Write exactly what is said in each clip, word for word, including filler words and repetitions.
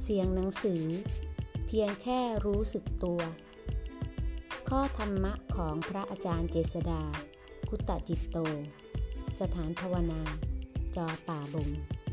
สียงหนังสือเพียงแค่รู้สึกตัวข้อธรรมะของพระอาจารย์เจษฎาคุตจิตโตสถานภาวนาจอป่าบง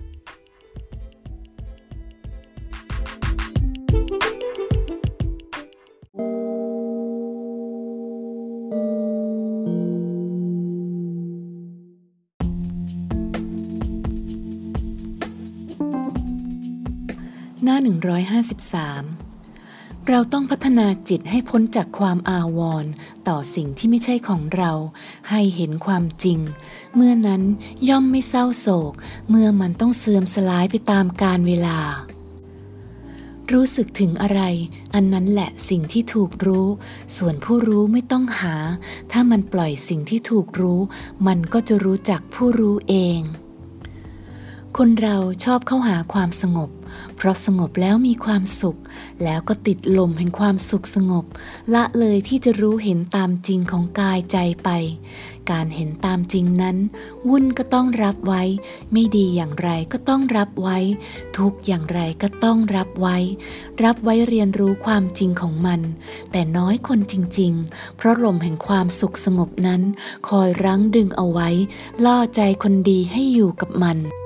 หน้าหนึ่งร้อยห้าสิบสามเราต้องพัฒนาจิตให้พ้นจากความอาวรณ์ต่อสิ่งที่ไม่ใช่ของเราให้เห็นความจริงเมื่อนั้นย่อมไม่เศร้าโศกเมื่อมันต้องเสื่อมสลายไปตามกาลเวลารู้สึกถึงอะไรอันนั้นแหละสิ่งที่ถูกรู้ส่วนผู้รู้ไม่ต้องหาถ้ามันปล่อยสิ่งที่ถูกรู้มันก็จะรู้จักผู้รู้เองคนเราชอบเข้าหาความสงบเพราะสงบแล้วมีความสุขแล้วก็ติดลมแห่งความสุขสงบละเลยที่จะรู้เห็นตามจริงของกายใจไปการเห็นตามจริงนั้นวุ่นก็ต้องรับไว้ไม่ดีอย่างไรก็ต้องรับไว้ทุกอย่างไรก็ต้องรับไว้รับไว้เรียนรู้ความจริงของมันแต่น้อยคนจริงๆเพราะลมแห่งความสุขสงบนั้นคอยรั้งดึงเอาไว้ล่อใจคนดีให้อยู่กับมัน